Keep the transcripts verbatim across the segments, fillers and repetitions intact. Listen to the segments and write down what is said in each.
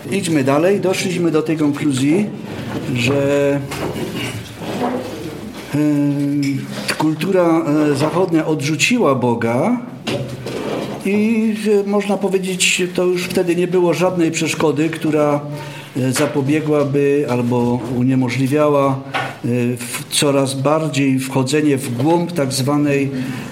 idźmy dalej. Doszliśmy do tej konkluzji, że y, kultura zachodnia odrzuciła Boga i y, można powiedzieć, to już wtedy nie było żadnej przeszkody, która zapobiegłaby albo uniemożliwiała w coraz bardziej wchodzenie w głąb tak zwanej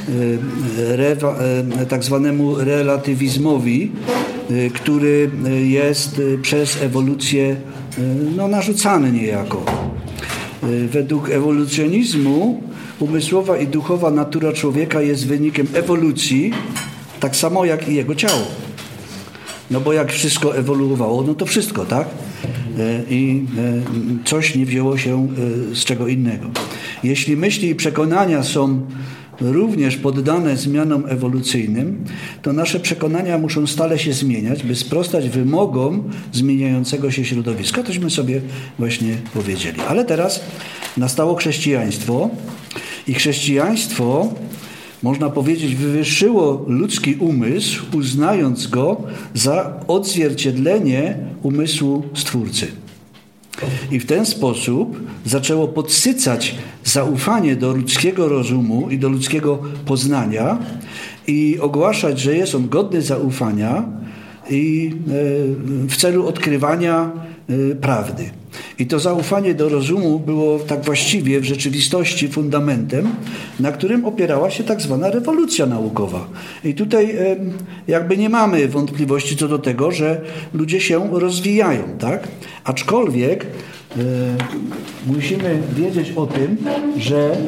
tak zwanemu relatywizmowi, który jest przez ewolucję no, narzucany niejako. Według ewolucjonizmu umysłowa i duchowa natura człowieka jest wynikiem ewolucji, tak samo jak i jego ciało. No bo jak wszystko ewoluowało, no to wszystko, tak? I coś nie wzięło się z czego innego. Jeśli myśli i przekonania są również poddane zmianom ewolucyjnym, to nasze przekonania muszą stale się zmieniać, by sprostać wymogom zmieniającego się środowiska. Tośmy sobie właśnie powiedzieli. Ale teraz nastało chrześcijaństwo i chrześcijaństwo, można powiedzieć, wywyższyło ludzki umysł, uznając go za odzwierciedlenie umysłu Stwórcy. I w ten sposób zaczęło podsycać zaufanie do ludzkiego rozumu i do ludzkiego poznania i ogłaszać, że jest on godny zaufania i w celu odkrywania prawdy. I to zaufanie do rozumu było tak właściwie w rzeczywistości fundamentem, na którym opierała się tak zwana rewolucja naukowa. I tutaj jakby nie mamy wątpliwości co do tego, że ludzie się rozwijają, tak? Aczkolwiek e, musimy wiedzieć o tym, że e,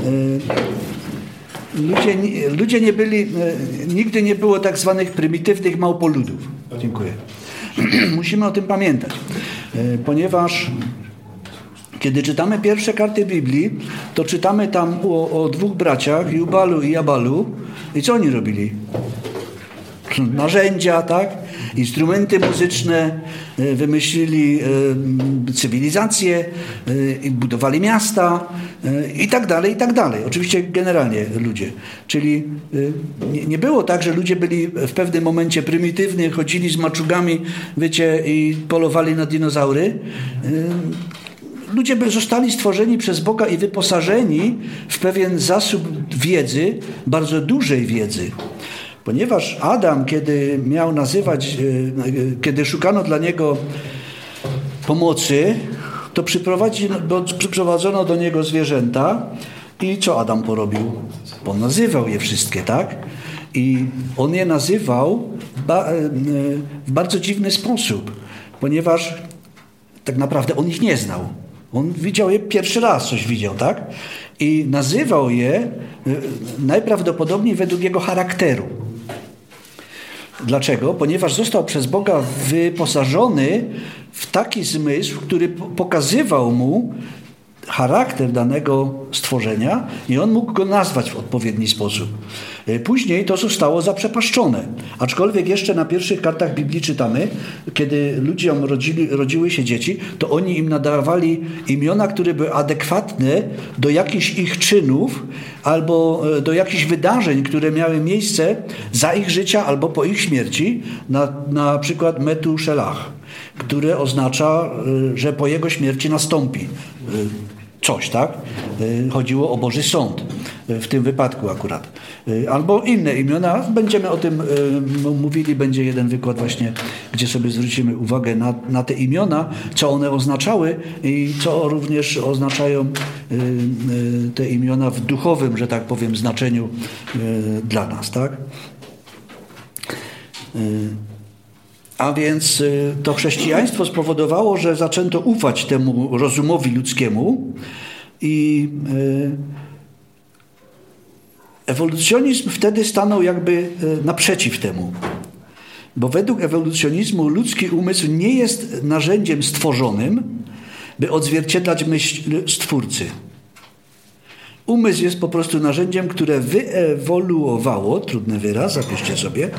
ludzie, ludzie nie byli, e, nigdy nie było tak zwanych prymitywnych małpoludów. Dziękuję. Musimy o tym pamiętać, ponieważ kiedy czytamy pierwsze karty Biblii, to czytamy tam o, o dwóch braciach, Jubalu i Jabalu. I co oni robili? Narzędzia, tak? Instrumenty muzyczne, wymyślili cywilizację, budowali miasta i tak dalej, i tak dalej. Oczywiście generalnie ludzie. Czyli nie było tak, że ludzie byli w pewnym momencie prymitywni, chodzili z maczugami, wiecie, i polowali na dinozaury. Ludzie by zostali stworzeni przez Boga i wyposażeni w pewien zasób wiedzy, bardzo dużej wiedzy. Ponieważ Adam, kiedy miał nazywać, kiedy szukano dla niego pomocy, to przyprowadzono do niego zwierzęta i co Adam porobił? Ponazywał je wszystkie, tak? I on je nazywał w bardzo dziwny sposób, ponieważ tak naprawdę on ich nie znał. On widział je pierwszy raz, coś widział, tak? I nazywał je najprawdopodobniej według jego charakteru. Dlaczego? Ponieważ został przez Boga wyposażony w taki zmysł, który pokazywał mu charakter danego stworzenia i on mógł go nazwać w odpowiedni sposób. Później to zostało zaprzepaszczone. Aczkolwiek jeszcze na pierwszych kartach Biblii czytamy, kiedy ludziom rodzili, rodziły się dzieci, to oni im nadawali imiona, które były adekwatne do jakichś ich czynów albo do jakichś wydarzeń, które miały miejsce za ich życia albo po ich śmierci, na, na przykład Metuszelach, które oznacza, że po jego śmierci nastąpi coś, tak? Chodziło o Boży Sąd w tym wypadku akurat. Albo inne imiona. Będziemy o tym mówili, będzie jeden wykład właśnie, gdzie sobie zwrócimy uwagę na, na te imiona, co one oznaczały i co również oznaczają te imiona w duchowym, że tak powiem, znaczeniu dla nas, tak? A więc to chrześcijaństwo spowodowało, że zaczęto ufać temu rozumowi ludzkiemu i ewolucjonizm wtedy stanął jakby naprzeciw temu. Bo według ewolucjonizmu ludzki umysł nie jest narzędziem stworzonym, by odzwierciedlać myśl Stwórcy. Umysł jest po prostu narzędziem, które wyewoluowało, trudny wyraz, zapiszcie sobie,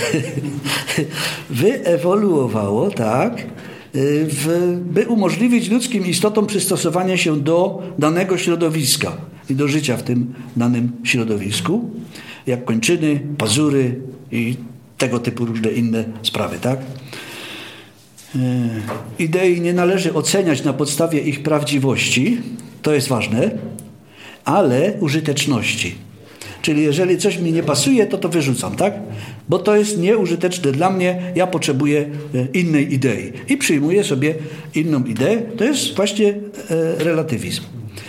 wyewoluowało, tak, w, by umożliwić ludzkim istotom przystosowanie się do danego środowiska i do życia w tym danym środowisku, jak kończyny, pazury i tego typu różne inne sprawy, tak. Idei nie należy oceniać na podstawie ich prawdziwości, to jest ważne, ale użyteczności. Czyli jeżeli coś mi nie pasuje, to to wyrzucam, tak? Bo to jest nieużyteczne dla mnie, ja potrzebuję innej idei. I przyjmuję sobie inną ideę. To jest właśnie relatywizm.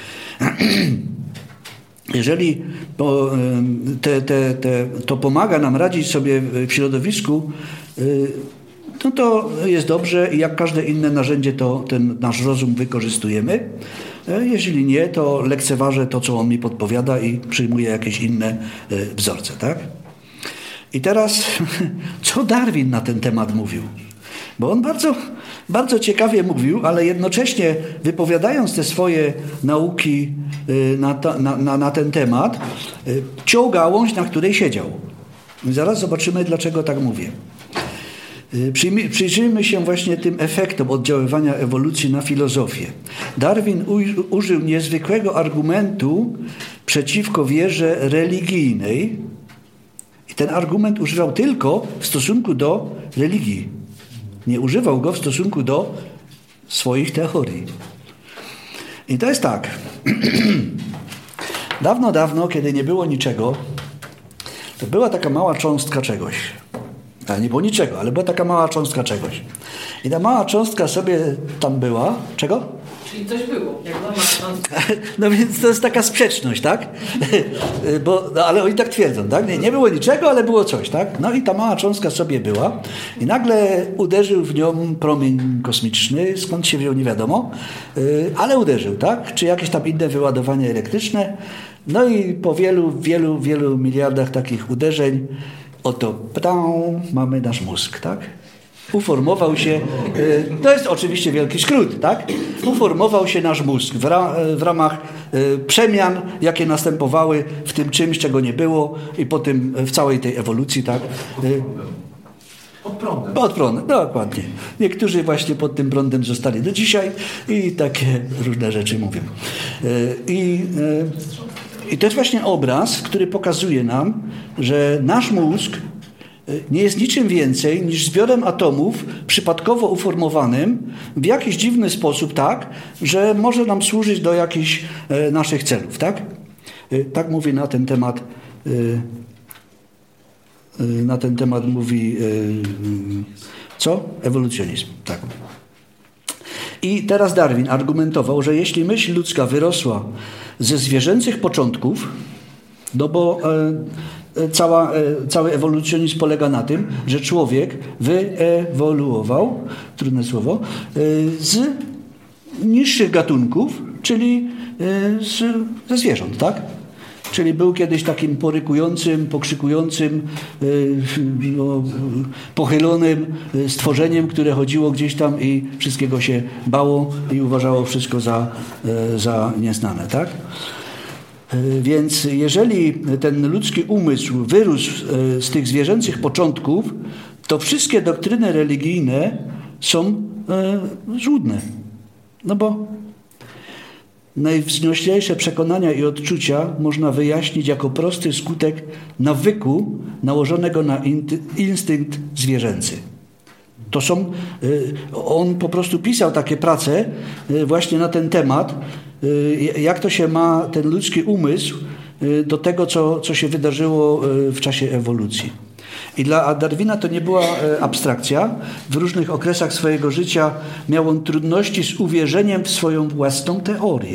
Jeżeli to, te, te, te, to pomaga nam radzić sobie w środowisku, no to jest dobrze i jak każde inne narzędzie, to ten nasz rozum wykorzystujemy. Jeżeli nie, to lekceważę to, co on mi podpowiada i przyjmuję jakieś inne wzorce, tak? I teraz, co Darwin na ten temat mówił? Bo on bardzo, bardzo ciekawie mówił, ale jednocześnie wypowiadając te swoje nauki na, ta, na, na, na ten temat, ciął gałąź, na której siedział. I zaraz zobaczymy, dlaczego tak mówię. Przyjrzyjmy się właśnie tym efektom oddziaływania ewolucji na filozofię. Darwin użył niezwykłego argumentu przeciwko wierze religijnej i ten argument używał tylko w stosunku do religii. Nie używał go w stosunku do swoich teorii. I to jest tak. Dawno, dawno, kiedy nie było niczego, to była taka mała cząstka czegoś. Ale nie było niczego, ale była taka mała cząstka czegoś. I ta mała cząstka sobie tam była. Czego? Czyli coś było, jak mała cząstka. No więc to jest taka sprzeczność, tak? Bo, no, ale oni tak twierdzą, tak? Nie, nie było niczego, ale było coś, tak? No i ta mała cząstka sobie była i nagle uderzył w nią promień kosmiczny, skąd się wziął nie wiadomo, ale uderzył, tak? Czy jakieś tam inne wyładowanie elektryczne. No i po wielu, wielu, wielu miliardach takich uderzeń oto ptał, mamy nasz mózg, tak? Uformował się, to jest oczywiście wielki skrót, tak? Uformował się nasz mózg w, ra, w ramach przemian, jakie następowały w tym czymś, czego nie było i potem w całej tej ewolucji, tak? Pod prądem. Pod prądem, dokładnie. Niektórzy właśnie pod tym prądem zostali do dzisiaj i takie różne rzeczy mówią. I, i to jest właśnie obraz, który pokazuje nam, że nasz mózg nie jest niczym więcej niż zbiorem atomów przypadkowo uformowanym w jakiś dziwny sposób tak, że może nam służyć do jakichś e, naszych celów, tak? E, tak mówi na ten temat e, e, na ten temat mówi e, co? Ewolucjonizm, tak. I teraz Darwin argumentował, że jeśli myśl ludzka wyrosła ze zwierzęcych początków, no bo e, Cała, cały ewolucjonizm polega na tym, że człowiek wyewoluował, trudne słowo, z niższych gatunków, czyli z, ze zwierząt, tak? Czyli był kiedyś takim porykującym, pokrzykującym, no, pochylonym stworzeniem, które chodziło gdzieś tam i wszystkiego się bało i uważało wszystko za, za nieznane, tak? Więc jeżeli ten ludzki umysł wyrósł z tych zwierzęcych początków, to wszystkie doktryny religijne są złudne. No bo najwznioślejsze przekonania i odczucia można wyjaśnić jako prosty skutek nawyku nałożonego na instynkt zwierzęcy. To są, on po prostu pisał takie prace właśnie na ten temat, jak to się ma ten ludzki umysł do tego, co, co się wydarzyło w czasie ewolucji. I dla Darwina to nie była abstrakcja. W różnych okresach swojego życia miał on trudności z uwierzeniem w swoją własną teorię.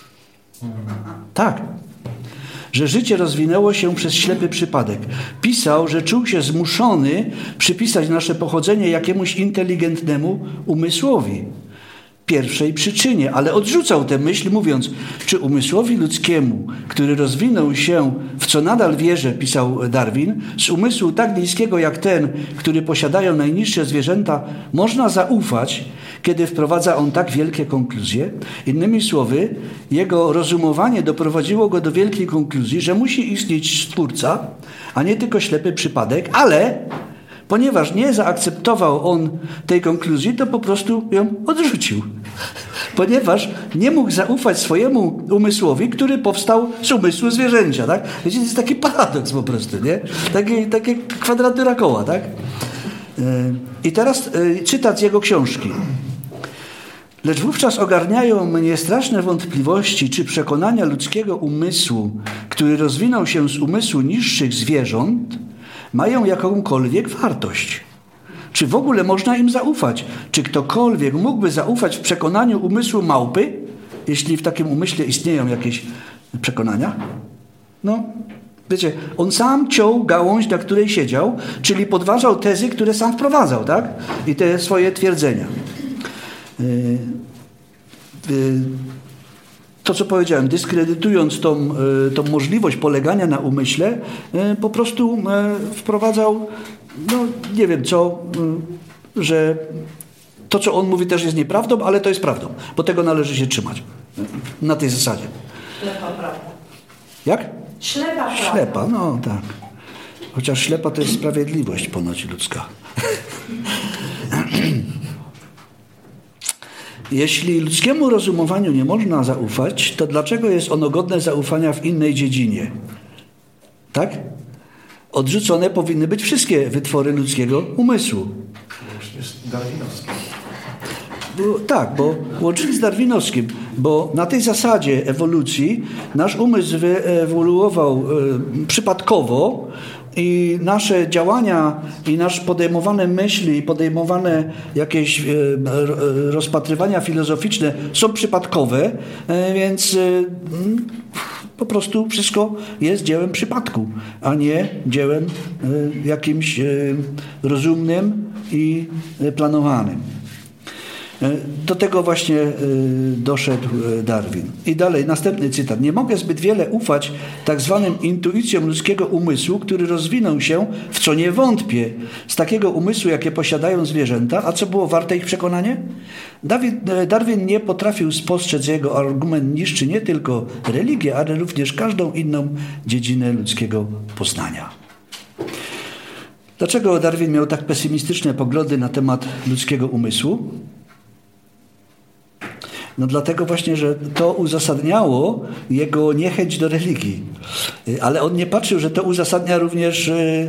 Tak. Że życie rozwinęło się przez ślepy przypadek. Pisał, że czuł się zmuszony przypisać nasze pochodzenie jakiemuś inteligentnemu umysłowi. Pierwszej przyczynie, ale odrzucał tę myśl, mówiąc, czy umysłowi ludzkiemu, który rozwinął się, w co nadal wierzę, pisał Darwin, z umysłu tak niskiego jak ten, który posiadają najniższe zwierzęta, można zaufać, kiedy wprowadza on tak wielkie konkluzje. Innymi słowy, jego rozumowanie doprowadziło go do wielkiej konkluzji, że musi istnieć Stwórca, a nie tylko ślepy przypadek, ale ponieważ nie zaakceptował on tej konkluzji, to po prostu ją odrzucił. Ponieważ nie mógł zaufać swojemu umysłowi, który powstał z umysłu zwierzęcia. Tak? Wiecie, to jest taki paradoks po prostu, nie? Taki, takie kwadratura koła, tak? I teraz cytat z jego książki. Lecz wówczas ogarniają mnie straszne wątpliwości, czy przekonania ludzkiego umysłu, który rozwinął się z umysłu niższych zwierząt, mają jakąkolwiek wartość. Czy w ogóle można im zaufać? Czy ktokolwiek mógłby zaufać w przekonaniu umysłu małpy, jeśli w takim umyśle istnieją jakieś przekonania? No, wiecie, on sam ciął gałąź, na której siedział, czyli podważał tezy, które sam wprowadzał, tak? I te swoje twierdzenia. To, co powiedziałem, dyskredytując tą, tą możliwość polegania na umyśle, po prostu wprowadzał, no nie wiem co, że to, co on mówi, też jest nieprawdą, ale to jest prawdą, bo tego należy się trzymać. Na tej zasadzie. Ślepa prawda. Jak? Ślepa prawda. Ślepa, no tak. Chociaż ślepa to jest sprawiedliwość ponoć ludzka. Jeśli ludzkiemu rozumowaniu nie można zaufać, to dlaczego jest ono godne zaufania w innej dziedzinie? Tak? Odrzucone powinny być wszystkie wytwory ludzkiego umysłu. Łącznie z darwinowskim. Bo, tak, bo łącznie z darwinowskim, bo na tej zasadzie ewolucji nasz umysł wyewoluował e, przypadkowo i nasze działania i nasze podejmowane myśli i podejmowane jakieś e, rozpatrywania filozoficzne są przypadkowe, e, więc e, po prostu wszystko jest dziełem przypadku, a nie dziełem e, jakimś e, rozumnym i planowanym. Do tego właśnie doszedł Darwin. I dalej, następny cytat. Nie mogę zbyt wiele ufać tak zwanym intuicjom ludzkiego umysłu, który rozwinął się, w co nie wątpię, z takiego umysłu, jakie posiadają zwierzęta. A co było warte ich przekonanie? Dawid, Darwin nie potrafił spostrzec, jego argument niszczy nie tylko religię, ale również każdą inną dziedzinę ludzkiego poznania. Dlaczego Darwin miał tak pesymistyczne poglądy na temat ludzkiego umysłu? No dlatego właśnie, że to uzasadniało jego niechęć do religii. Ale on nie patrzył, że to uzasadnia również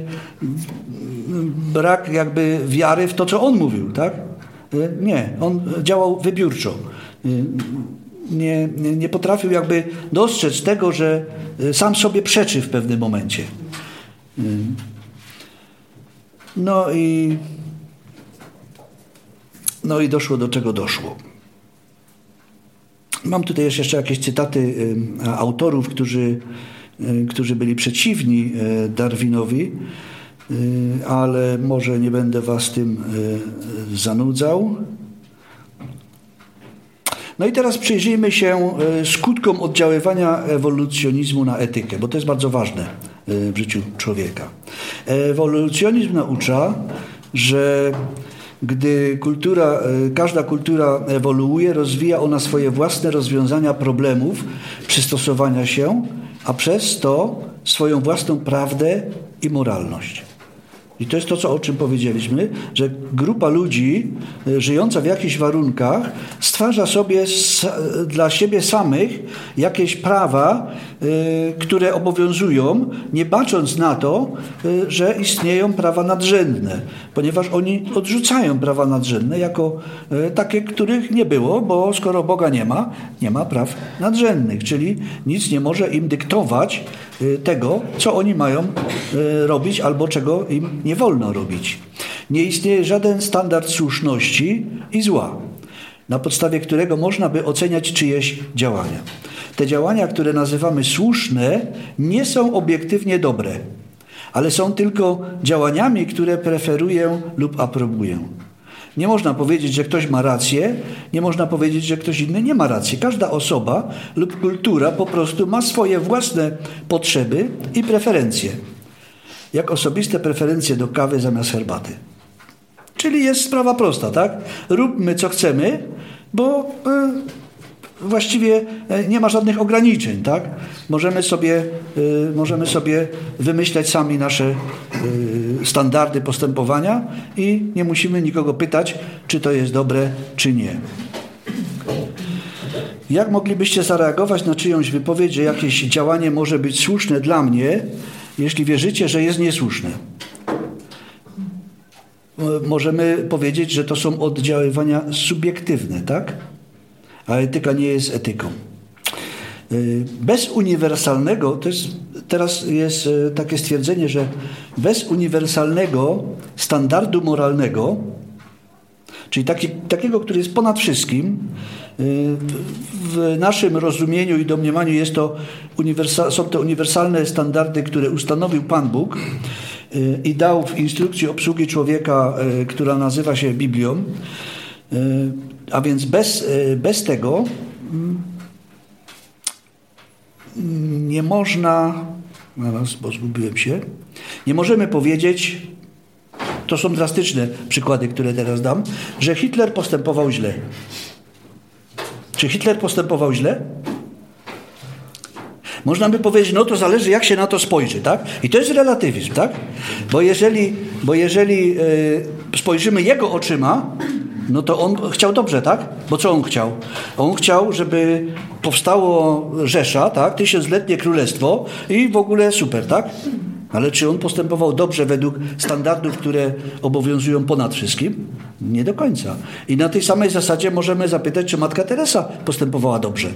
brak jakby wiary w to, co on mówił, tak? Nie, on działał wybiórczo. Nie, nie, nie potrafił jakby dostrzec tego, że sam sobie przeczy w pewnym momencie. No i no i doszło do czego doszło. Mam tutaj jeszcze jakieś cytaty autorów, którzy, którzy byli przeciwni Darwinowi, ale może nie będę was tym zanudzał. No i teraz przyjrzyjmy się skutkom oddziaływania ewolucjonizmu na etykę, bo to jest bardzo ważne w życiu człowieka. Ewolucjonizm naucza, że gdy kultura, każda kultura ewoluuje, rozwija ona swoje własne rozwiązania problemów przystosowania się, a przez to swoją własną prawdę i moralność. I to jest to, co, o czym powiedzieliśmy, że grupa ludzi żyjąca w jakichś warunkach stwarza sobie s- dla siebie samych jakieś prawa, y, które obowiązują, nie bacząc na to, y, że istnieją prawa nadrzędne, ponieważ oni odrzucają prawa nadrzędne jako y, takie, których nie było, bo skoro Boga nie ma, nie ma praw nadrzędnych, czyli nic nie może im dyktować y, tego, co oni mają y, robić albo czego im nie wolno robić. Nie istnieje żaden standard słuszności i zła, na podstawie którego można by oceniać czyjeś działania. Te działania, które nazywamy słuszne, nie są obiektywnie dobre, ale są tylko działaniami, które preferuję lub aprobuję. Nie można powiedzieć, że ktoś ma rację, nie można powiedzieć, że ktoś inny nie ma racji. Każda osoba lub kultura po prostu ma swoje własne potrzeby i preferencje. Jak osobiste preferencje do kawy zamiast herbaty. Czyli jest sprawa prosta, tak? Róbmy co chcemy, bo y, właściwie y, nie ma żadnych ograniczeń, tak? Możemy sobie, y, możemy sobie wymyślać sami nasze y, standardy postępowania i nie musimy nikogo pytać, czy to jest dobre, czy nie. Jak moglibyście zareagować na czyjąś wypowiedź, że jakieś działanie może być słuszne dla mnie, jeśli wierzycie, że jest niesłuszne? możemy powiedzieć, że to są oddziaływania subiektywne, tak? A etyka nie jest etyką. Bez uniwersalnego, to jest, teraz jest takie stwierdzenie, że bez uniwersalnego standardu moralnego, czyli taki, takiego, który jest ponad wszystkim, w naszym rozumieniu i domniemaniu jest to uniwersa- są to uniwersalne standardy, które ustanowił Pan Bóg i dał w instrukcji obsługi człowieka, która nazywa się Biblią, a więc bez, bez tego nie można, zaraz, bo zgubiłem się, nie możemy powiedzieć, to są drastyczne przykłady, które teraz dam, że Hitler postępował źle. Czy Hitler postępował źle? Można by powiedzieć, no to zależy, jak się na to spojrzy, tak? I to jest relatywizm, tak? Bo jeżeli, bo jeżeli yy, spojrzymy jego oczyma, no to on chciał dobrze, tak? Bo co on chciał? On chciał, żeby powstało Rzesza, tak? Tysiącletnie królestwo i w ogóle super, tak? Ale czy on postępował dobrze według standardów, które obowiązują ponad wszystkim? Nie do końca. I na tej samej zasadzie możemy zapytać, czy Matka Teresa postępowała dobrze.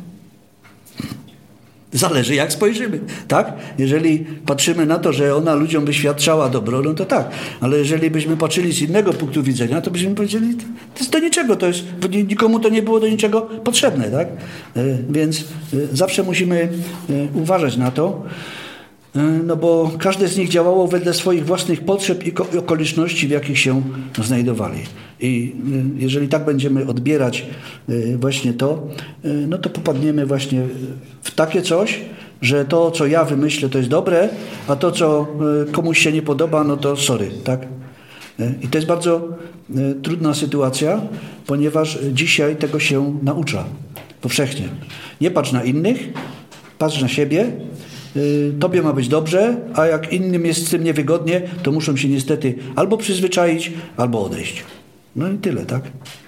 Zależy, jak spojrzymy, tak? Jeżeli patrzymy na to, że ona ludziom wyświadczała dobro, no to tak. Ale jeżeli byśmy patrzyli z innego punktu widzenia, to byśmy powiedzieli, to jest do niczego, to jest, nikomu to nie było do niczego potrzebne, tak? Więc zawsze musimy uważać na to, no bo każde z nich działało wedle swoich własnych potrzeb i okoliczności, w jakich się znajdowali. I jeżeli tak będziemy odbierać właśnie to, no to popadniemy właśnie w takie coś, że to, co ja wymyślę, to jest dobre, a to, co komuś się nie podoba, no to sorry, tak? I to jest bardzo trudna sytuacja, ponieważ dzisiaj tego się naucza powszechnie. Nie patrz na innych, patrz na siebie. Tobie ma być dobrze, a jak innym jest z tym niewygodnie, to muszą się niestety albo przyzwyczaić, albo odejść. No i tyle, tak?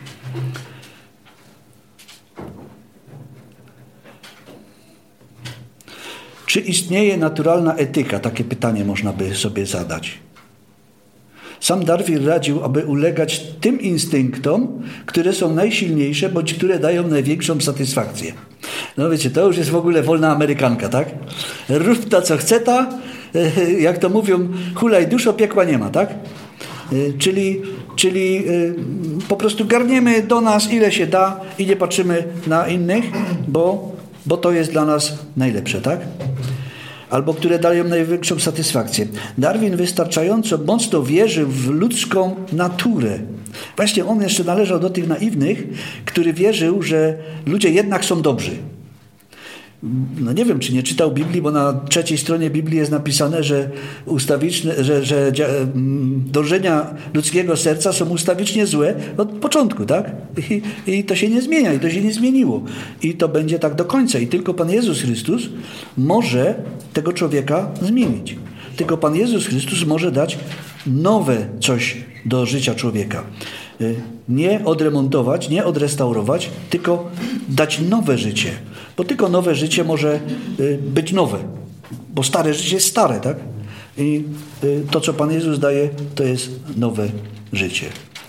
Czy istnieje naturalna etyka? Takie pytanie można by sobie zadać. Sam Darwin radził, aby ulegać tym instynktom, które są najsilniejsze, bądź które dają największą satysfakcję. No wiecie, to już jest w ogóle wolna amerykanka, tak? Rób ta, co chce ta, jak to mówią, hulaj duszo, piekła nie ma, tak? Czyli, czyli po prostu garniemy do nas, ile się da i nie patrzymy na innych, bo, bo to jest dla nas najlepsze, tak? Albo które dają największą satysfakcję. Darwin wystarczająco mocno wierzył w ludzką naturę. Właśnie on jeszcze należał do tych naiwnych, który wierzył, że ludzie jednak są dobrzy. No nie wiem, czy nie czytał Biblii, bo na trzeciej stronie Biblii jest napisane, że ustawiczne, że, że dążenia ludzkiego serca są ustawicznie złe od początku, tak? I, I to się nie zmienia, i to się nie zmieniło. I to będzie tak do końca. I tylko Pan Jezus Chrystus może tego człowieka zmienić. Tylko Pan Jezus Chrystus może dać nowe coś do życia człowieka. Nie odremontować, nie odrestaurować, tylko dać nowe życie. Bo tylko nowe życie może być nowe. Bo stare życie jest stare, tak? I to, co Pan Jezus daje, to jest nowe życie.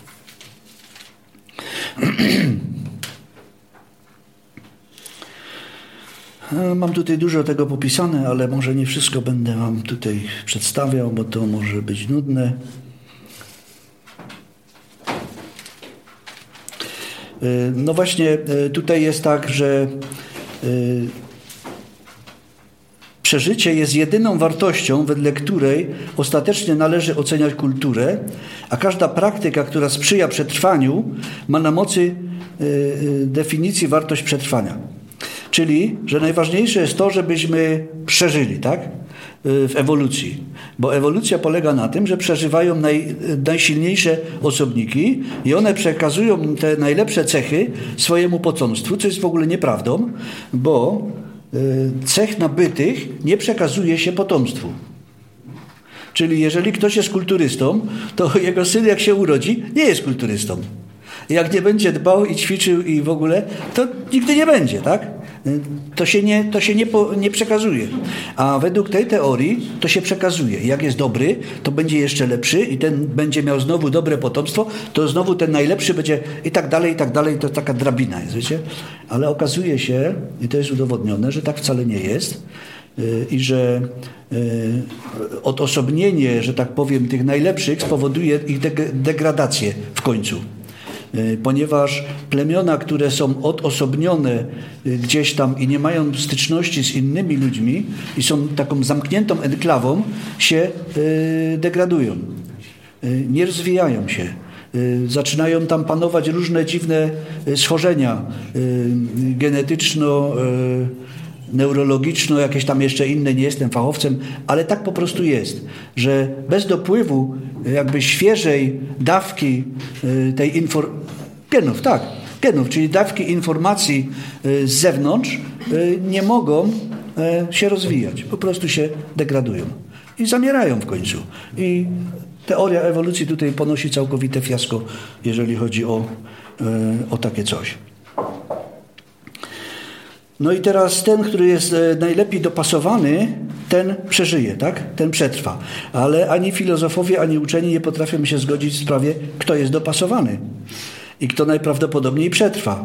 Mam tutaj dużo tego popisane, ale może nie wszystko będę wam tutaj przedstawiał, bo to może być nudne. No właśnie, tutaj jest tak, że przeżycie jest jedyną wartością, wedle której ostatecznie należy oceniać kulturę, a każda praktyka, która sprzyja przetrwaniu, ma na mocy definicji wartość przetrwania. Czyli, że najważniejsze jest to, żebyśmy przeżyli, tak? W ewolucji. Bo ewolucja polega na tym, że przeżywają naj, najsilniejsze osobniki i one przekazują te najlepsze cechy swojemu potomstwu, co jest w ogóle nieprawdą, bo cech nabytych nie przekazuje się potomstwu. Czyli jeżeli ktoś jest kulturystą, to jego syn jak się urodzi, nie jest kulturystą. Jak nie będzie dbał i ćwiczył i w ogóle, to nigdy nie będzie, tak? To się, nie, to się nie, po, nie przekazuje. A według tej teorii to się przekazuje. Jak jest dobry, to będzie jeszcze lepszy i ten będzie miał znowu dobre potomstwo, to znowu ten najlepszy będzie i tak dalej, i tak dalej. To taka drabina jest, wiecie? Ale okazuje się, i to jest udowodnione, że tak wcale nie jest i że odosobnienie, że tak powiem, tych najlepszych spowoduje ich degradację w końcu. Ponieważ plemiona, które są odosobnione gdzieś tam i nie mają styczności z innymi ludźmi i są taką zamkniętą enklawą, się degradują, nie rozwijają się. Zaczynają tam panować różne dziwne schorzenia genetyczno- neurologiczno, jakieś tam jeszcze inne, nie jestem fachowcem, ale tak po prostu jest, że bez dopływu jakby świeżej dawki tej informacji, pienów, tak, pienów, czyli dawki informacji z zewnątrz nie mogą się rozwijać, po prostu się degradują i zamierają w końcu. I teoria ewolucji tutaj ponosi całkowite fiasko, jeżeli chodzi o, o takie coś. No i teraz ten, który jest najlepiej dopasowany, ten przeżyje, tak? Ten przetrwa. Ale ani filozofowie, ani uczeni nie potrafią się zgodzić w sprawie, kto jest dopasowany i kto najprawdopodobniej przetrwa.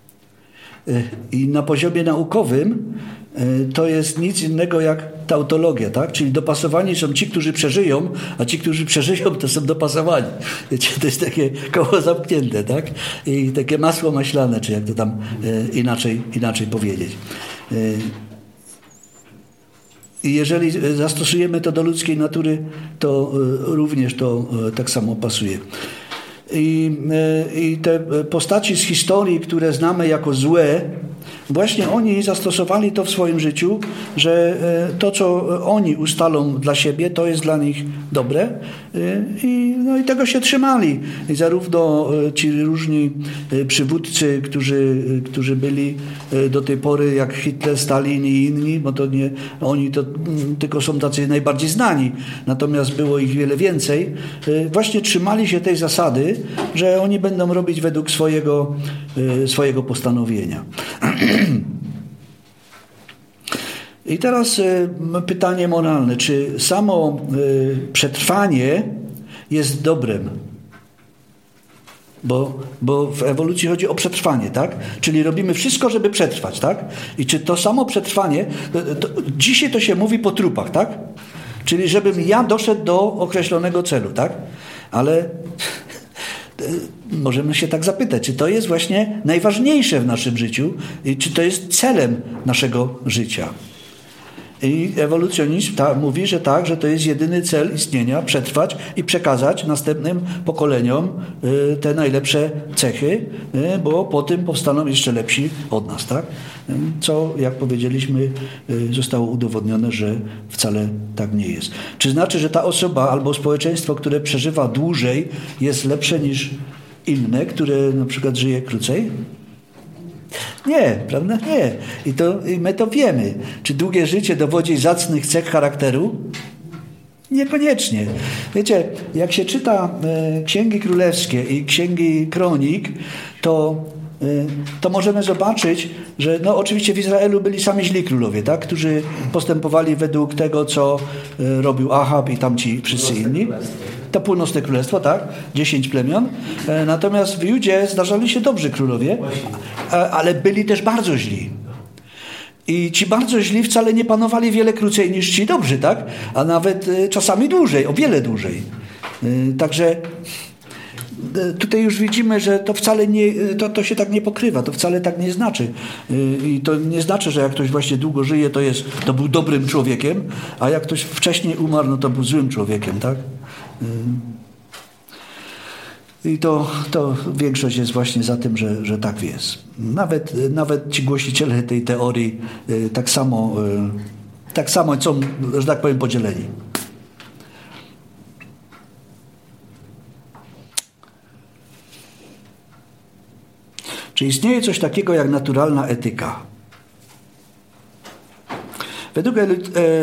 I na poziomie naukowym to jest nic innego jak tautologia, tak? Czyli dopasowani są ci, którzy przeżyją, a ci, którzy przeżyją, to są dopasowani. Wiecie, to jest takie koło zamknięte, tak? I takie masło maślane, czy jak to tam inaczej, inaczej powiedzieć. I jeżeli zastosujemy to do ludzkiej natury, to również to tak samo pasuje. I, I te postaci z historii, które znamy jako złe, właśnie oni zastosowali to w swoim życiu, że to, co oni ustalą dla siebie, to jest dla nich dobre i, no i tego się trzymali. I zarówno ci różni przywódcy, którzy, którzy byli do tej pory, jak Hitler, Stalin i inni, bo to nie oni to tylko są tacy najbardziej znani, natomiast było ich wiele więcej, właśnie trzymali się tej zasady, że oni będą robić według swojego, swojego postanowienia. I teraz pytanie moralne. Czy samo przetrwanie jest dobrem? Bo, bo w ewolucji chodzi o przetrwanie, tak? Czyli robimy wszystko, żeby przetrwać, tak? I czy to samo przetrwanie, to, to, dzisiaj to się mówi po trupach, tak? Czyli żebym ja doszedł do określonego celu, tak? Ale możemy się tak zapytać, czy to jest właśnie najważniejsze w naszym życiu i czy to jest celem naszego życia. I ewolucjonizm ta, mówi, że tak, że to jest jedyny cel istnienia, przetrwać i przekazać następnym pokoleniom y, te najlepsze cechy, y, bo po tym powstaną jeszcze lepsi od nas, tak? Y, co, jak powiedzieliśmy, y, zostało udowodnione, że wcale tak nie jest. Czy znaczy, że ta osoba albo społeczeństwo, które przeżywa dłużej, jest lepsze niż inne, które na przykład żyje krócej? Nie, prawda? Nie. I, to, I my to wiemy. Czy długie życie dowodzi zacnych cech charakteru? Niekoniecznie. Wiecie, jak się czyta e, Księgi Królewskie i Księgi Kronik, to, e, to możemy zobaczyć, że no oczywiście w Izraelu byli sami źli królowie, tak? Którzy postępowali według tego, co e, robił Ahab i tamci wszyscy inni. To północne królestwo, tak? Dziesięć plemion. E, natomiast w Judzie zdarzali się dobrzy królowie, a, ale byli też bardzo źli. I ci bardzo źli wcale nie panowali wiele krócej niż ci dobrzy, tak? A nawet e, czasami dłużej, o wiele dłużej. E, także e, tutaj już widzimy, że to wcale nie, to, to się tak nie pokrywa, to wcale tak nie znaczy. E, I to nie znaczy, że jak ktoś właśnie długo żyje, to jest, to był dobrym człowiekiem, a jak ktoś wcześniej umarł, no to był złym człowiekiem, tak? I to, to większość jest właśnie za tym, że, że tak jest. Nawet, nawet ci głosiciele tej teorii tak samo, tak samo są, że tak powiem, podzieleni. Czy istnieje coś takiego jak naturalna etyka? Według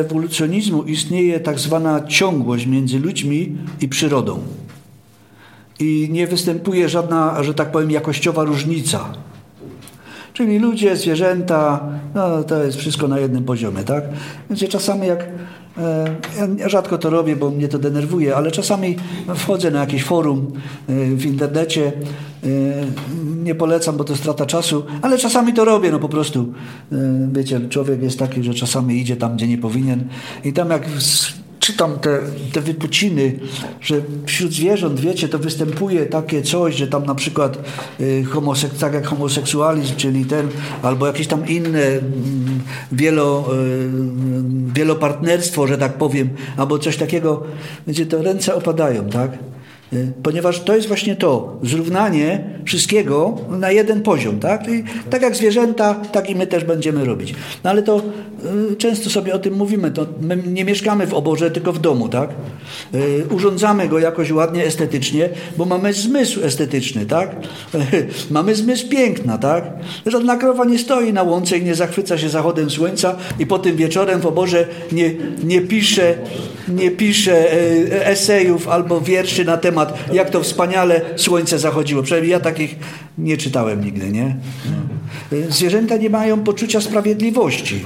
ewolucjonizmu istnieje tak zwana ciągłość między ludźmi i przyrodą. i nie występuje żadna, że tak powiem, jakościowa różnica. Czyli ludzie, zwierzęta, no to jest wszystko na jednym poziomie, tak? Więc czasami jak, e, ja rzadko to robię, bo mnie to denerwuje, ale czasami wchodzę na jakieś forum e, w internecie, e, nie polecam, bo to strata czasu, ale czasami to robię, no po prostu. E, wiecie, człowiek jest taki, że czasami idzie tam, gdzie nie powinien i tam jak czytam te, te wypociny, że wśród zwierząt, wiecie, to występuje takie coś, że tam na przykład y, homosek- tak jak homoseksualizm, czyli ten, albo jakieś tam inne y, wielo, y, wielopartnerstwo, że tak powiem, albo coś takiego, wiecie, to ręce opadają, tak? Y, ponieważ to jest właśnie to, zrównanie wszystkiego na jeden poziom, tak? I tak jak zwierzęta, tak i my też będziemy robić. No ale to y, często sobie o tym mówimy, to my nie mieszkamy w oborze, tylko w domu, tak? Y, urządzamy go jakoś ładnie, estetycznie, bo mamy zmysł estetyczny, tak? Mamy zmysł piękna, tak? Żadna krowa nie stoi na łące i nie zachwyca się zachodem słońca i potem wieczorem w oborze nie, nie pisze, nie pisze y, esejów albo wierszy na temat, jak to wspaniale słońce zachodziło. Przynajmniej ja takich nie czytałem nigdy, nie? Zwierzęta nie mają poczucia sprawiedliwości.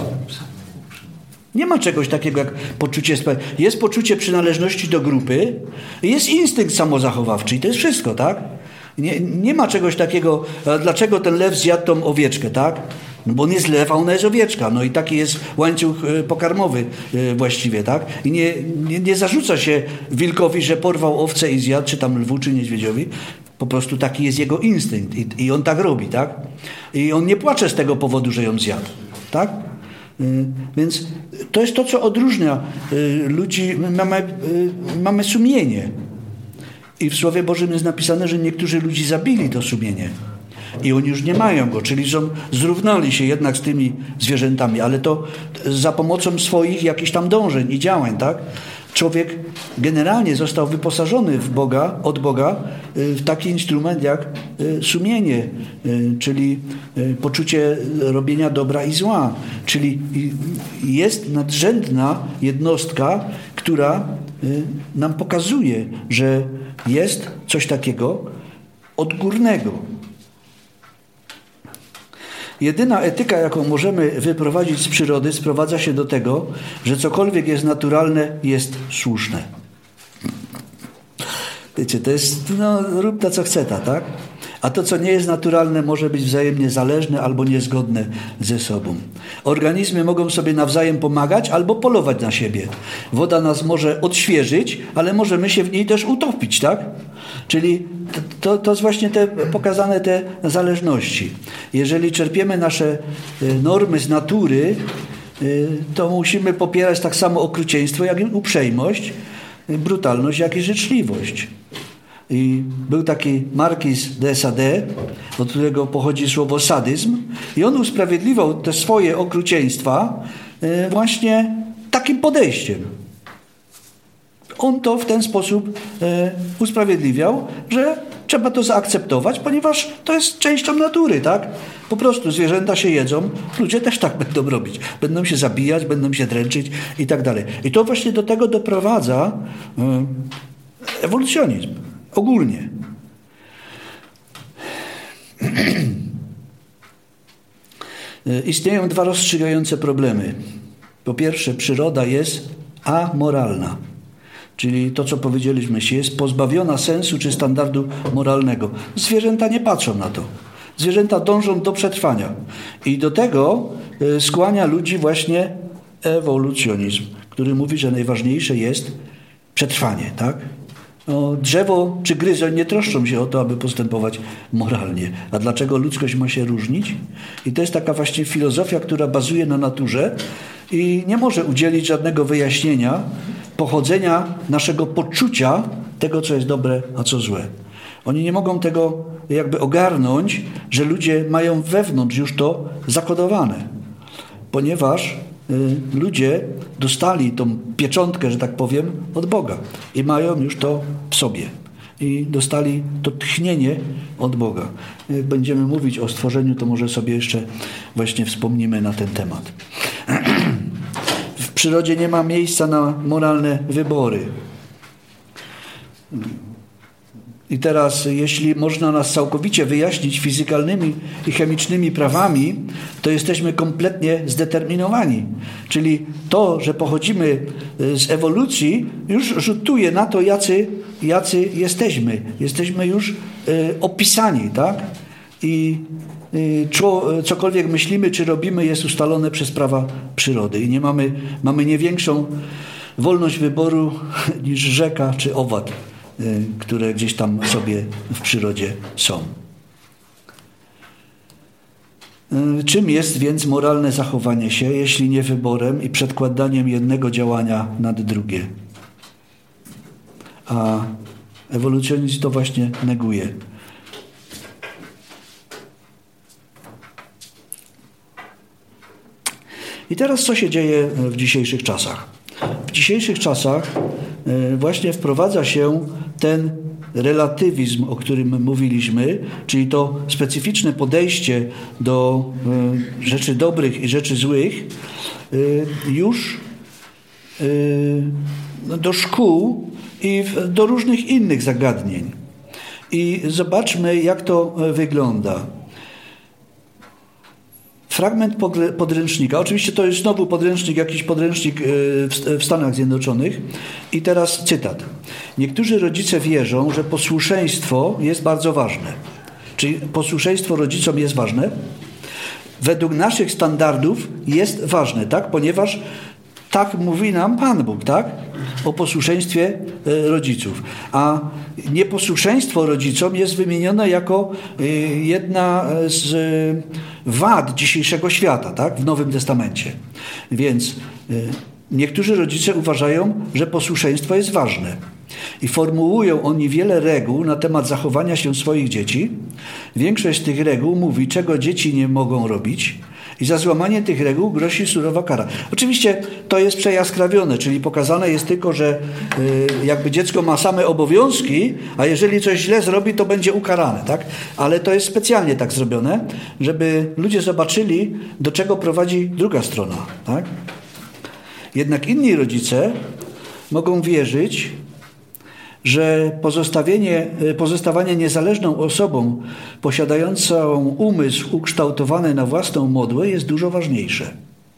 Nie ma czegoś takiego jak poczucie sprawiedliwości. Jest poczucie przynależności do grupy, jest instynkt samozachowawczy i to jest wszystko, tak? Nie, nie ma czegoś takiego, dlaczego ten lew zjadł tą owieczkę, tak? No bo on jest lew, a ona jest owieczka. No i taki jest łańcuch pokarmowy właściwie, tak? I nie, nie, nie zarzuca się wilkowi, że porwał owcę i zjadł, czy tam lwu, czy niedźwiedziowi. Po prostu taki jest jego instynkt i, i on tak robi, tak? I on nie płacze z tego powodu, że ją zjadł, tak? Więc to jest to, co odróżnia ludzi. Mamy, mamy sumienie. I w Słowie Bożym jest napisane, że niektórzy ludzi zabili to sumienie. I oni już nie mają go, czyli że zrównali się jednak z tymi zwierzętami, ale to za pomocą swoich jakichś tam dążeń i działań, tak? Człowiek generalnie został wyposażony w Boga, od Boga w taki instrument jak sumienie, czyli poczucie robienia dobra i zła. Czyli jest nadrzędna jednostka, która nam pokazuje, że jest coś takiego odgórnego. Jedyna etyka, jaką możemy wyprowadzić z przyrody, sprowadza się do tego, że cokolwiek jest naturalne, jest słuszne. Wiecie, to jest, no, rób ta co chce ta, tak? A to, co nie jest naturalne, może być wzajemnie zależne albo niezgodne ze sobą. Organizmy mogą sobie nawzajem pomagać albo polować na siebie. Woda nas może odświeżyć, ale możemy się w niej też utopić, tak? Czyli to, to, to jest właśnie te pokazane te zależności. Jeżeli czerpiemy nasze normy z natury, to musimy popierać tak samo okrucieństwo, jak i uprzejmość, brutalność, jak i życzliwość. I był taki Marquis de Sade, od którego pochodzi słowo sadyzm, i on usprawiedliwiał te swoje okrucieństwa właśnie takim podejściem. On to w ten sposób usprawiedliwiał, że trzeba to zaakceptować, ponieważ to jest częścią natury, tak? Po prostu zwierzęta się jedzą, ludzie też tak będą robić. Będą się zabijać, będą się dręczyć i tak dalej. I to właśnie do tego doprowadza ewolucjonizm. Ogólnie. Istnieją dwa rozstrzygające problemy. Po pierwsze, przyroda jest amoralna. Czyli to, co powiedzieliśmy, jeśli jest pozbawiona sensu czy standardu moralnego. Zwierzęta nie patrzą na to. Zwierzęta dążą do przetrwania. I do tego skłania ludzi właśnie ewolucjonizm, który mówi, że najważniejsze jest przetrwanie, tak? No, drzewo czy gryzoń nie troszczą się o to, aby postępować moralnie. A dlaczego ludzkość ma się różnić? I to jest taka właśnie filozofia, która bazuje na naturze i nie może udzielić żadnego wyjaśnienia pochodzenia naszego poczucia tego, co jest dobre, a co złe. Oni nie mogą tego jakby ogarnąć, że ludzie mają wewnątrz już to zakodowane. Ponieważ y, ludzie dostali tą pieczątkę, że tak powiem, od Boga i mają już to w sobie. I dostali to tchnienie od Boga. Jak będziemy mówić o stworzeniu, to może sobie jeszcze właśnie wspomnimy na ten temat. W przyrodzie nie ma miejsca na moralne wybory. I teraz, jeśli można nas całkowicie wyjaśnić fizykalnymi i chemicznymi prawami, to jesteśmy kompletnie zdeterminowani. Czyli to, że pochodzimy z ewolucji, już rzutuje na to, jacy, jacy jesteśmy. Jesteśmy już y, opisani, tak? I y, czo, cokolwiek myślimy czy robimy, jest ustalone przez prawa przyrody. I nie mamy, mamy nie większą wolność wyboru niż rzeka czy owad, które gdzieś tam sobie w przyrodzie są. Czym jest więc moralne zachowanie się, jeśli nie wyborem i przedkładaniem jednego działania nad drugie? A ewolucjonizm to właśnie neguje. I teraz co się dzieje w dzisiejszych czasach? W dzisiejszych czasach właśnie wprowadza się ten relatywizm, o którym mówiliśmy, czyli to specyficzne podejście do rzeczy dobrych i rzeczy złych już do szkół i do różnych innych zagadnień. I zobaczmy, jak to wygląda. Fragment podręcznika, oczywiście to jest znowu podręcznik, jakiś podręcznik w Stanach Zjednoczonych. I teraz cytat. Niektórzy rodzice wierzą, że posłuszeństwo jest bardzo ważne. Czyli posłuszeństwo rodzicom jest ważne. Według naszych standardów jest ważne, tak? Ponieważ tak mówi nam Pan Bóg, tak? O posłuszeństwie rodziców. A nieposłuszeństwo rodzicom jest wymienione jako jedna z wad dzisiejszego świata, tak? W Nowym Testamencie. Więc niektórzy rodzice uważają, że posłuszeństwo jest ważne. I formułują oni wiele reguł na temat zachowania się swoich dzieci. Większość z tych reguł mówi, czego dzieci nie mogą robić. I za złamanie tych reguł grozi surowa kara. Oczywiście to jest przejaskrawione, czyli pokazane jest tylko, że y, jakby dziecko ma same obowiązki, a jeżeli coś źle zrobi, to będzie ukarane, tak? Ale to jest specjalnie tak zrobione, żeby ludzie zobaczyli, do czego prowadzi druga strona, tak? Jednak inni rodzice mogą wierzyć, że pozostawienie, pozostawanie niezależną osobą posiadającą umysł ukształtowany na własną modłę jest dużo ważniejsze.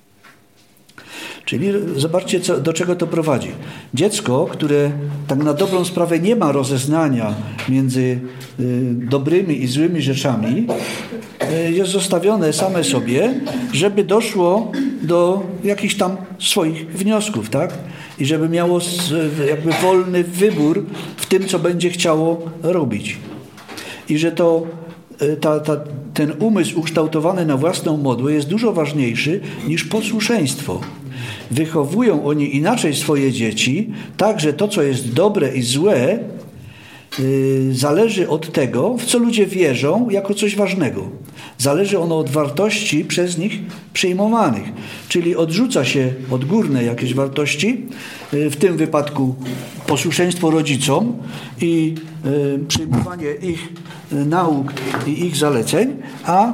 Czyli zobaczcie, co, do czego to prowadzi. Dziecko, które tak na dobrą sprawę nie ma rozeznania między y, dobrymi i złymi rzeczami, y, jest zostawione same sobie, żeby doszło do jakichś tam swoich wniosków, tak? I żeby miało jakby wolny wybór w tym, co będzie chciało robić. I że to ta, ta, ten umysł ukształtowany na własną modłę jest dużo ważniejszy niż posłuszeństwo. Wychowują oni inaczej swoje dzieci, tak, że to, co jest dobre i złe, yy, zależy od tego, w co ludzie wierzą jako coś ważnego. Zależy ono od wartości przez nich przyjmowanych. Czyli odrzuca się odgórne jakieś wartości, w tym wypadku posłuszeństwo rodzicom i przyjmowanie ich nauk i ich zaleceń, a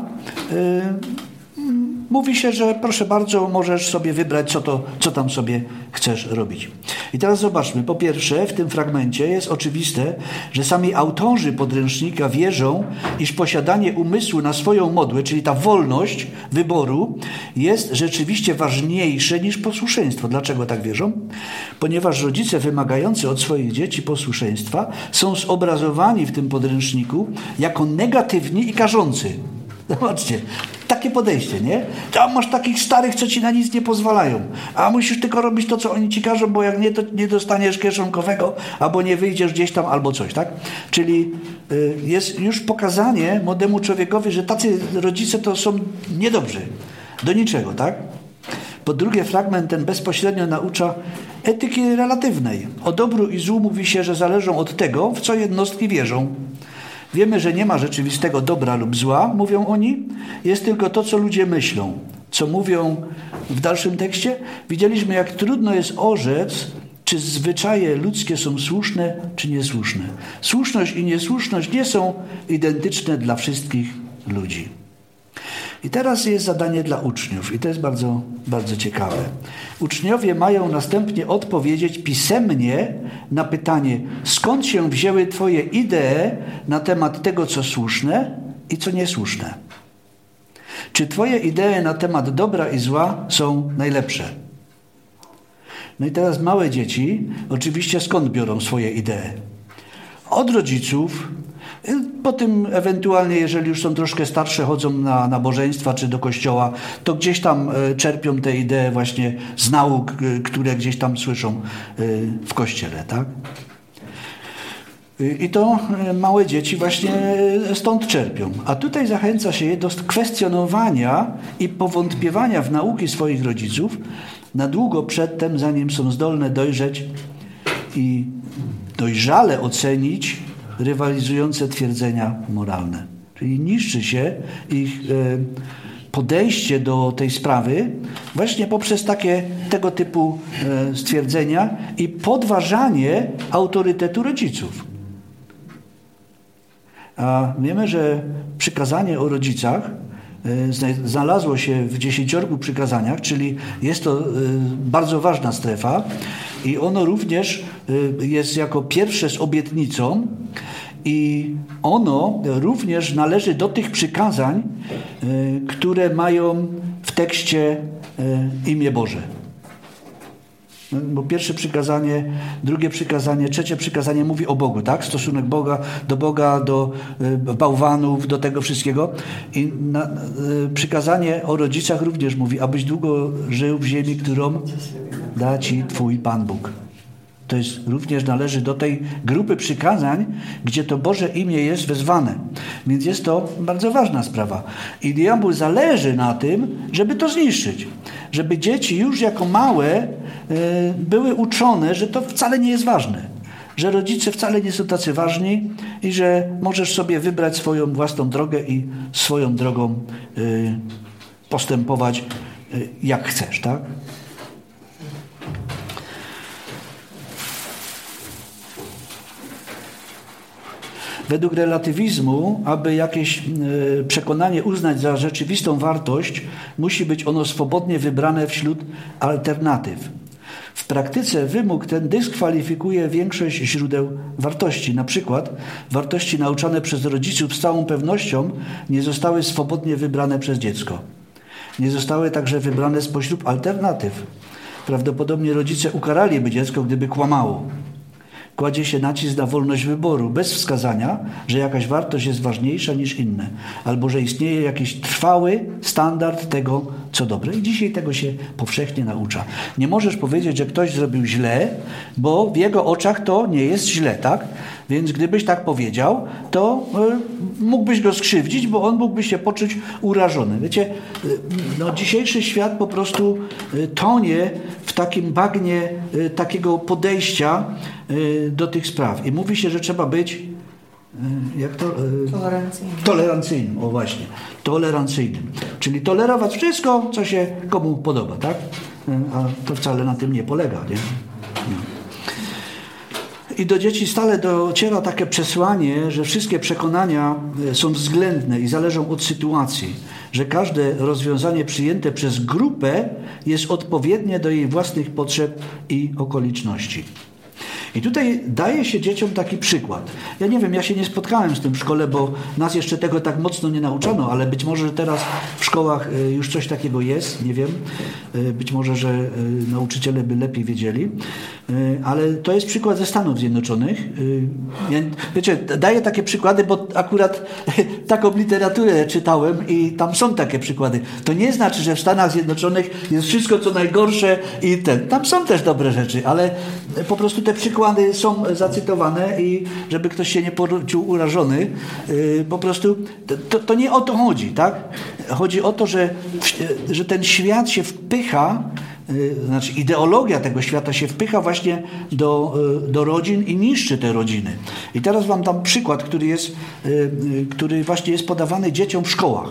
mówi się, że proszę bardzo, możesz sobie wybrać, co, to, co tam sobie chcesz robić. I teraz zobaczmy. Po pierwsze, w tym fragmencie jest oczywiste, że sami autorzy podręcznika wierzą, iż posiadanie umysłu na swoją modłę, czyli ta wolność wyboru, jest rzeczywiście ważniejsze niż posłuszeństwo. Dlaczego tak wierzą? Ponieważ rodzice wymagający od swoich dzieci posłuszeństwa są zobrazowani w tym podręczniku jako negatywni i karzący. Zobaczcie, takie podejście, nie? A masz takich starych, co ci na nic nie pozwalają. A musisz tylko robić to, co oni ci każą, bo jak nie, to nie dostaniesz kieszonkowego, albo nie wyjdziesz gdzieś tam, albo coś, tak? Czyli y, jest już pokazanie młodemu człowiekowi, że tacy rodzice to są niedobrzy. Do niczego, tak? Po drugie, fragment ten bezpośrednio naucza etyki relatywnej. O dobru i złu mówi się, że zależą od tego, w co jednostki wierzą. Wiemy, że nie ma rzeczywistego dobra lub zła, mówią oni. Jest tylko to, co ludzie myślą. Co mówią w dalszym tekście? Widzieliśmy, jak trudno jest orzec, czy zwyczaje ludzkie są słuszne, czy niesłuszne. Słuszność i niesłuszność nie są identyczne dla wszystkich ludzi. I teraz jest zadanie dla uczniów i to jest bardzo, bardzo ciekawe. Uczniowie mają następnie odpowiedzieć pisemnie na pytanie, skąd się wzięły twoje idee na temat tego, co słuszne i co niesłuszne. Czy twoje idee na temat dobra i zła są najlepsze? No i teraz małe dzieci oczywiście skąd biorą swoje idee? Od rodziców. Potem ewentualnie, jeżeli już są troszkę starsze, chodzą na nabożeństwa czy do kościoła, to gdzieś tam czerpią te idee właśnie z nauk, które gdzieś tam słyszą w kościele, tak? I to małe dzieci właśnie stąd czerpią. A tutaj zachęca się je do kwestionowania i powątpiewania w nauki swoich rodziców na długo przedtem, zanim są zdolne dojrzeć i dojrzale ocenić rywalizujące twierdzenia moralne. Czyli niszczy się ich podejście do tej sprawy właśnie poprzez takie tego typu stwierdzenia i podważanie autorytetu rodziców. A wiemy, że przykazanie o rodzicach znalazło się w dziesięciorgu przykazaniach, czyli jest to bardzo ważna strefa i ono również jest jako pierwsze z obietnicą i ono również należy do tych przykazań, które mają w tekście imię Boże. Bo pierwsze przykazanie, drugie przykazanie, trzecie przykazanie mówi o Bogu, tak? Stosunek Boga do Boga, do bałwanów, do tego wszystkiego. I na, przykazanie o rodzicach również mówi, abyś długo żył w ziemi, którą da ci Twój Pan Bóg. To jest również należy do tej grupy przykazań, gdzie to Boże imię jest wezwane. Więc jest to bardzo ważna sprawa. I diabłu zależy na tym, żeby to zniszczyć. Żeby dzieci już jako małe y, były uczone, że to wcale nie jest ważne. Że rodzice wcale nie są tacy ważni i że możesz sobie wybrać swoją własną drogę i swoją drogą y, postępować y, jak chcesz, tak? Według relatywizmu, aby jakieś y, przekonanie uznać za rzeczywistą wartość, musi być ono swobodnie wybrane wśród alternatyw. W praktyce wymóg ten dyskwalifikuje większość źródeł wartości. Na przykład wartości nauczane przez rodziców z całą pewnością nie zostały swobodnie wybrane przez dziecko. Nie zostały także wybrane spośród alternatyw. Prawdopodobnie rodzice ukaraliby dziecko, gdyby kłamało. Kładzie się nacisk na wolność wyboru, bez wskazania, że jakaś wartość jest ważniejsza niż inne, albo że istnieje jakiś trwały standard tego, co dobre. I dzisiaj tego się powszechnie naucza. Nie możesz powiedzieć, że ktoś zrobił źle, bo w jego oczach to nie jest źle, tak? Więc gdybyś tak powiedział, to y, mógłbyś go skrzywdzić, bo on mógłby się poczuć urażony. Wiecie, y, no, dzisiejszy świat po prostu y, tonie w takim bagnie y, takiego podejścia y, do tych spraw. I mówi się, że trzeba być y, jak to? Y, Tolerancyjnym. Tolerancyjnym, o właśnie. Tolerancyjnym. Czyli tolerować wszystko, co się komu podoba, tak? Y, a to wcale na tym nie polega, nie? No. I do dzieci stale dociera takie przesłanie, że wszystkie przekonania są względne i zależą od sytuacji, że każde rozwiązanie przyjęte przez grupę jest odpowiednie do jej własnych potrzeb i okoliczności. I tutaj daje się dzieciom taki przykład. Ja nie wiem, ja się nie spotkałem z tym w szkole, bo nas jeszcze tego tak mocno nie nauczano, ale być może teraz w szkołach już coś takiego jest, nie wiem. Być może, że nauczyciele by lepiej wiedzieli. Ale to jest przykład ze Stanów Zjednoczonych. Ja, wiecie, daję takie przykłady, bo akurat taką literaturę czytałem i tam są takie przykłady. To nie znaczy, że w Stanach Zjednoczonych jest wszystko co najgorsze i ten. Tam są też dobre rzeczy, ale po prostu te przykłady są zacytowane i żeby ktoś się nie poczuł urażony, po prostu to, to nie o to chodzi, tak? Chodzi o to, że, że ten świat się wpycha, znaczy ideologia tego świata się wpycha właśnie do, do rodzin i niszczy te rodziny. I teraz wam dam przykład, który jest, który właśnie jest podawany dzieciom w szkołach.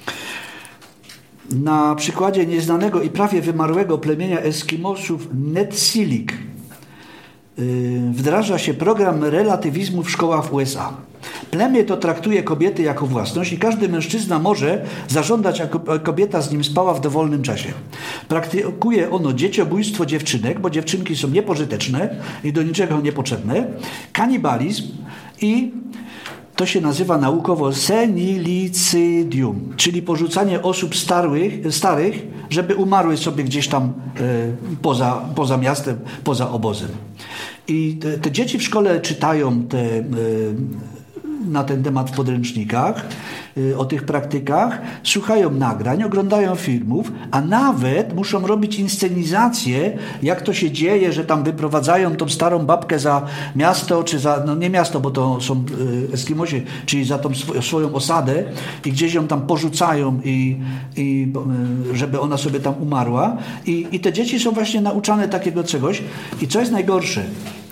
Na przykładzie nieznanego i prawie wymarłego plemienia Eskimosów Netsilik wdraża się program relatywizmu w szkołach w U S A. Plemię to traktuje kobiety jako własność i każdy mężczyzna może zażądać, aby kobieta z nim spała w dowolnym czasie. Praktykuje ono dzieciobójstwo dziewczynek, bo dziewczynki są niepożyteczne i do niczego niepotrzebne, kanibalizm i to się nazywa naukowo senilicydium, czyli porzucanie osób starych, starych żeby umarły sobie gdzieś tam e, poza, poza miastem, poza obozem. I te, te dzieci w szkole czytają te, e, na ten temat w podręcznikach, e, o tych praktykach, słuchają nagrań, oglądają filmów, a nawet muszą robić inscenizację, jak to się dzieje, że tam wyprowadzają tą starą babkę za miasto, czy za, no nie miasto, bo to są e, Eskimosi, czyli za tą sw- swoją osadę i gdzieś ją tam porzucają, i, i e, żeby ona sobie tam umarła. I, I te dzieci są właśnie nauczane takiego czegoś. I co jest najgorsze?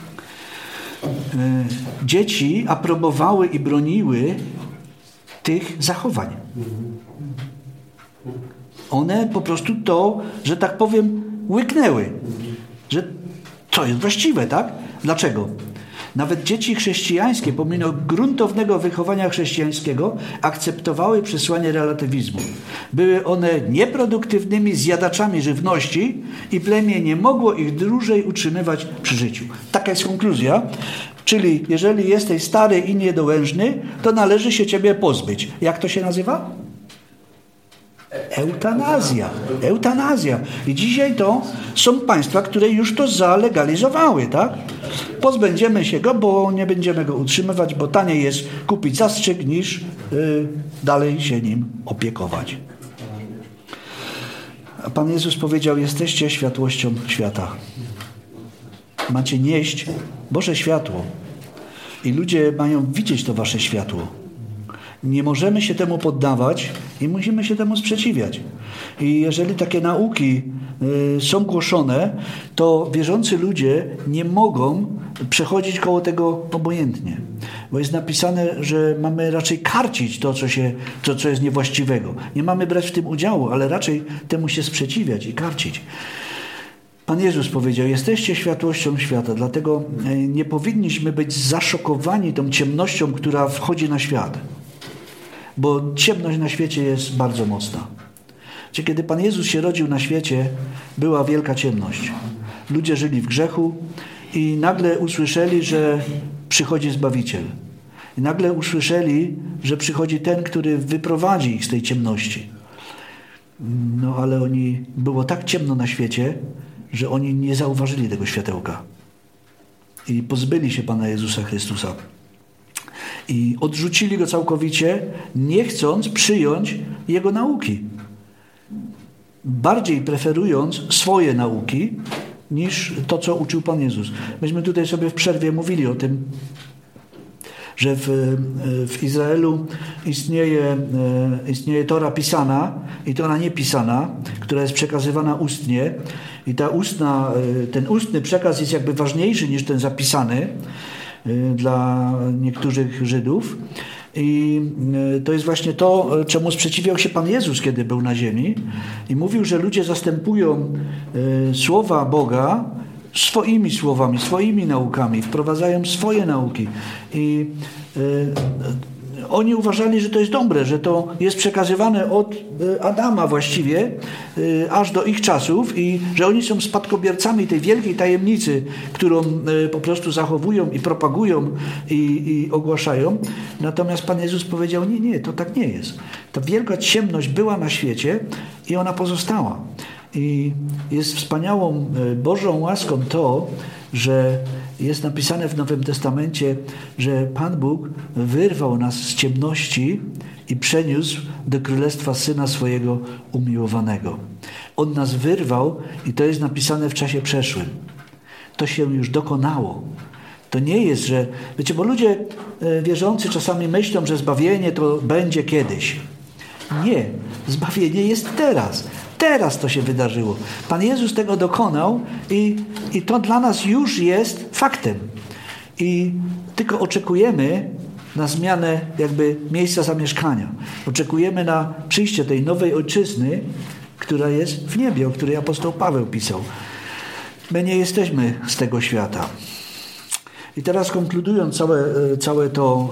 Dzieci aprobowały i broniły tych zachowań. One po prostu to, że tak powiem, łyknęły. Że to jest właściwe, tak? Dlaczego? Nawet dzieci chrześcijańskie, pomimo gruntownego wychowania chrześcijańskiego, akceptowały przesłanie relatywizmu. Były one nieproduktywnymi zjadaczami żywności i plemię nie mogło ich dłużej utrzymywać przy życiu. Taka jest konkluzja. Czyli jeżeli jesteś stary i niedołężny, to należy się ciebie pozbyć. Jak to się nazywa? Eutanazja. Eutanazja. I dzisiaj to są państwa, które już to zalegalizowały, tak? Pozbędziemy się go, bo nie będziemy go utrzymywać, bo taniej jest kupić zastrzyk, niż yy, dalej się nim opiekować. A Pan Jezus powiedział: jesteście światłością świata. Macie nieść Boże światło. I ludzie mają widzieć to wasze światło. Nie możemy się temu poddawać i musimy się temu sprzeciwiać. I jeżeli takie nauki y, są głoszone, to wierzący ludzie nie mogą przechodzić koło tego obojętnie. Bo jest napisane, że mamy raczej karcić to, co, się, to, co jest niewłaściwego. Nie mamy brać w tym udziału, ale raczej temu się sprzeciwiać i karcić. Pan Jezus powiedział: jesteście światłością świata, dlatego nie powinniśmy być zaszokowani tą ciemnością, która wchodzi na świat. Bo ciemność na świecie jest bardzo mocna. Czyli kiedy Pan Jezus się rodził na świecie, była wielka ciemność. Ludzie żyli w grzechu i nagle usłyszeli, że przychodzi Zbawiciel. I nagle usłyszeli, że przychodzi ten, który wyprowadzi ich z tej ciemności. No ale oni, było tak ciemno na świecie, że oni nie zauważyli tego światełka. I pozbyli się Pana Jezusa Chrystusa. I odrzucili Go całkowicie, nie chcąc przyjąć Jego nauki. Bardziej preferując swoje nauki, niż to, co uczył Pan Jezus. Myśmy tutaj sobie w przerwie mówili o tym, że w, w Izraelu istnieje, istnieje Tora pisana i Tora niepisana, która jest przekazywana ustnie. I ta ustna, ten ustny przekaz jest jakby ważniejszy niż ten zapisany dla niektórych Żydów. I to jest właśnie to, czemu sprzeciwiał się Pan Jezus, kiedy był na ziemi. I mówił, że ludzie zastępują słowa Boga swoimi słowami, swoimi naukami, wprowadzają swoje nauki. I y, oni uważali, że to jest dobre, że to jest przekazywane od y, Adama właściwie y, aż do ich czasów i że oni są spadkobiercami tej wielkiej tajemnicy, którą y, po prostu zachowują i propagują i, i ogłaszają. Natomiast Pan Jezus powiedział: nie, nie, to tak nie jest. Ta wielka ciemność była na świecie i ona pozostała. I jest wspaniałą Bożą łaską to, że jest napisane w Nowym Testamencie, że Pan Bóg wyrwał nas z ciemności i przeniósł do królestwa Syna swojego umiłowanego. On nas wyrwał i to jest napisane w czasie przeszłym. To się już dokonało. To nie jest, że... Wiecie, bo ludzie wierzący czasami myślą, że zbawienie to będzie kiedyś. Nie. Zbawienie jest teraz. Teraz to się wydarzyło. Pan Jezus tego dokonał i, i to dla nas już jest faktem. I tylko oczekujemy na zmianę jakby miejsca zamieszkania. Oczekujemy na przyjście tej nowej ojczyzny, która jest w niebie, o której apostoł Paweł pisał. My nie jesteśmy z tego świata. I teraz konkludując całe, całe to,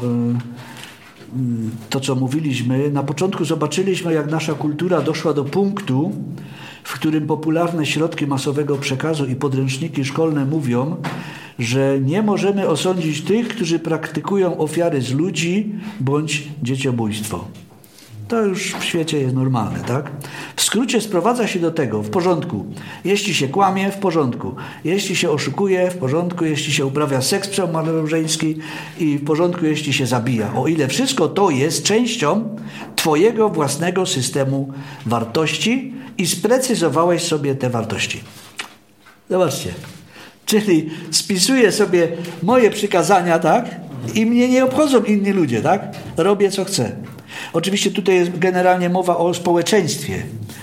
to, co mówiliśmy, na początku zobaczyliśmy, jak nasza kultura doszła do punktu, w którym popularne środki masowego przekazu i podręczniki szkolne mówią, że nie możemy osądzić tych, którzy praktykują ofiary z ludzi bądź dzieciobójstwo. To już w świecie jest normalne, tak? W skrócie sprowadza się do tego, w porządku, jeśli się kłamie, w porządku, jeśli się oszukuje, w porządku, jeśli się uprawia seks przełomałżeński i w porządku, jeśli się zabija. O ile wszystko to jest częścią twojego własnego systemu wartości i sprecyzowałeś sobie te wartości. Zobaczcie. Czyli spisuję sobie moje przykazania, tak? I mnie nie obchodzą inni ludzie, tak? Robię co chcę. Oczywiście tutaj jest generalnie mowa o społeczeństwie.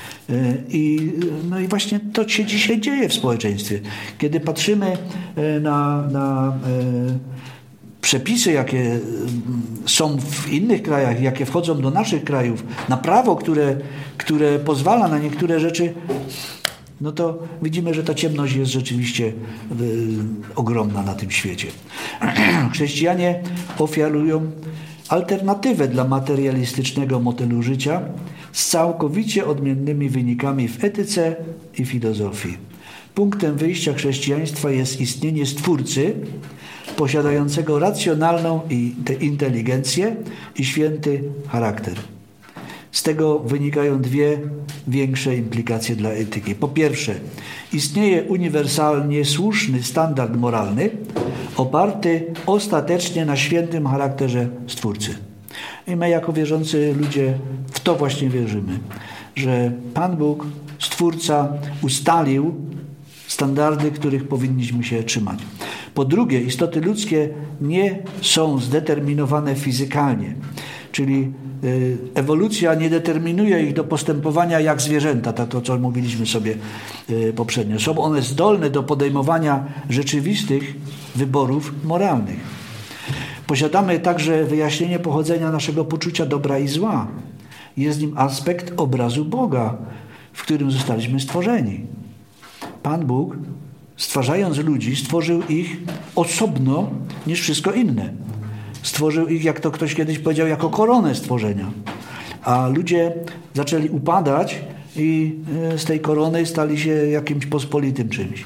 I, no i właśnie to się dzisiaj dzieje w społeczeństwie. Kiedy patrzymy na, na przepisy, jakie są w innych krajach, jakie wchodzą do naszych krajów, na prawo, które, które pozwala na niektóre rzeczy, no to widzimy, że ta ciemność jest rzeczywiście y, ogromna na tym świecie. Chrześcijanie ofiarują alternatywę dla materialistycznego modelu życia z całkowicie odmiennymi wynikami w etyce i filozofii. Punktem wyjścia chrześcijaństwa jest istnienie Stwórcy, posiadającego racjonalną inteligencję i święty charakter. Z tego wynikają dwie większe implikacje dla etyki. Po pierwsze, istnieje uniwersalnie słuszny standard moralny oparty ostatecznie na świętym charakterze Stwórcy. I my jako wierzący ludzie w to właśnie wierzymy, że Pan Bóg, Stwórca, ustalił standardy, których powinniśmy się trzymać. Po drugie, istoty ludzkie nie są zdeterminowane fizykalnie, czyli ewolucja nie determinuje ich do postępowania jak zwierzęta, to, to co mówiliśmy sobie poprzednio. Są one zdolne do podejmowania rzeczywistych wyborów moralnych. Posiadamy także wyjaśnienie pochodzenia naszego poczucia dobra i zła. Jest nim aspekt obrazu Boga, w którym zostaliśmy stworzeni. Pan Bóg, stwarzając ludzi, stworzył ich osobno niż wszystko inne. Stworzył ich, jak to ktoś kiedyś powiedział, jako koronę stworzenia. A ludzie zaczęli upadać i z tej korony stali się jakimś pospolitym czymś.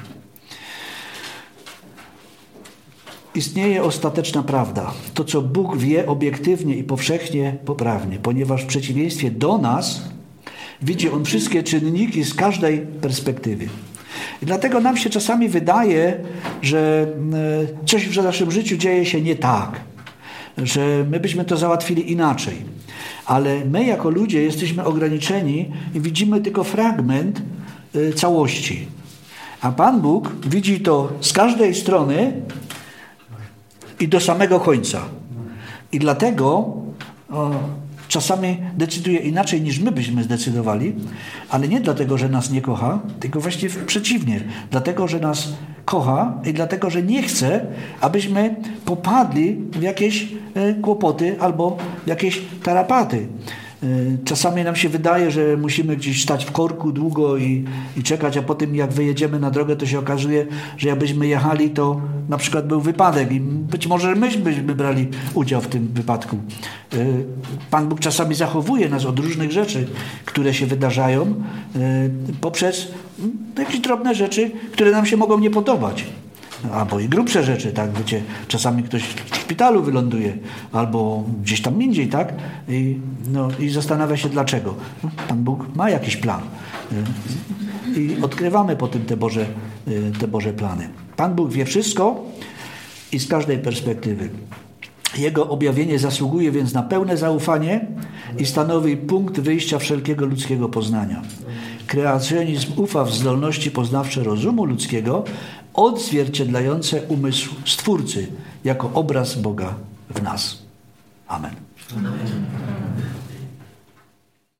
Istnieje ostateczna prawda. To, co Bóg wie obiektywnie i powszechnie poprawnie, ponieważ w przeciwieństwie do nas widzi On wszystkie czynniki z każdej perspektywy. I dlatego nam się czasami wydaje, że coś w naszym życiu dzieje się nie tak, że my byśmy to załatwili inaczej. Ale my jako ludzie jesteśmy ograniczeni i widzimy tylko fragment całości. A Pan Bóg widzi to z każdej strony i do samego końca. I dlatego o, czasami decyduje inaczej niż my byśmy zdecydowali, ale nie dlatego, że nas nie kocha, tylko właśnie przeciwnie. Dlatego, że nas kocha i dlatego, że nie chce, abyśmy popadli w jakieś kłopoty albo w jakieś tarapaty. Czasami nam się wydaje, że musimy gdzieś stać w korku długo i, i czekać, a potem jak wyjedziemy na drogę, to się okazuje, że jakbyśmy jechali, to na przykład był wypadek i być może myśmy byśmy brali udział w tym wypadku. Pan Bóg czasami zachowuje nas od różnych rzeczy, które się wydarzają poprzez jakieś drobne rzeczy, które nam się mogą nie podobać. Albo i grubsze rzeczy, tak, wiecie, czasami ktoś w szpitalu wyląduje, albo gdzieś tam indziej, tak, i, no, i zastanawia się dlaczego. No, Pan Bóg ma jakiś plan i odkrywamy potem te Boże, te Boże plany. Pan Bóg wie wszystko i z każdej perspektywy. Jego objawienie zasługuje więc na pełne zaufanie i stanowi punkt wyjścia wszelkiego ludzkiego poznania. Kreacjonizm ufa w zdolności poznawcze rozumu ludzkiego odzwierciedlające umysł Stwórcy jako obraz Boga w nas. Amen. Amen.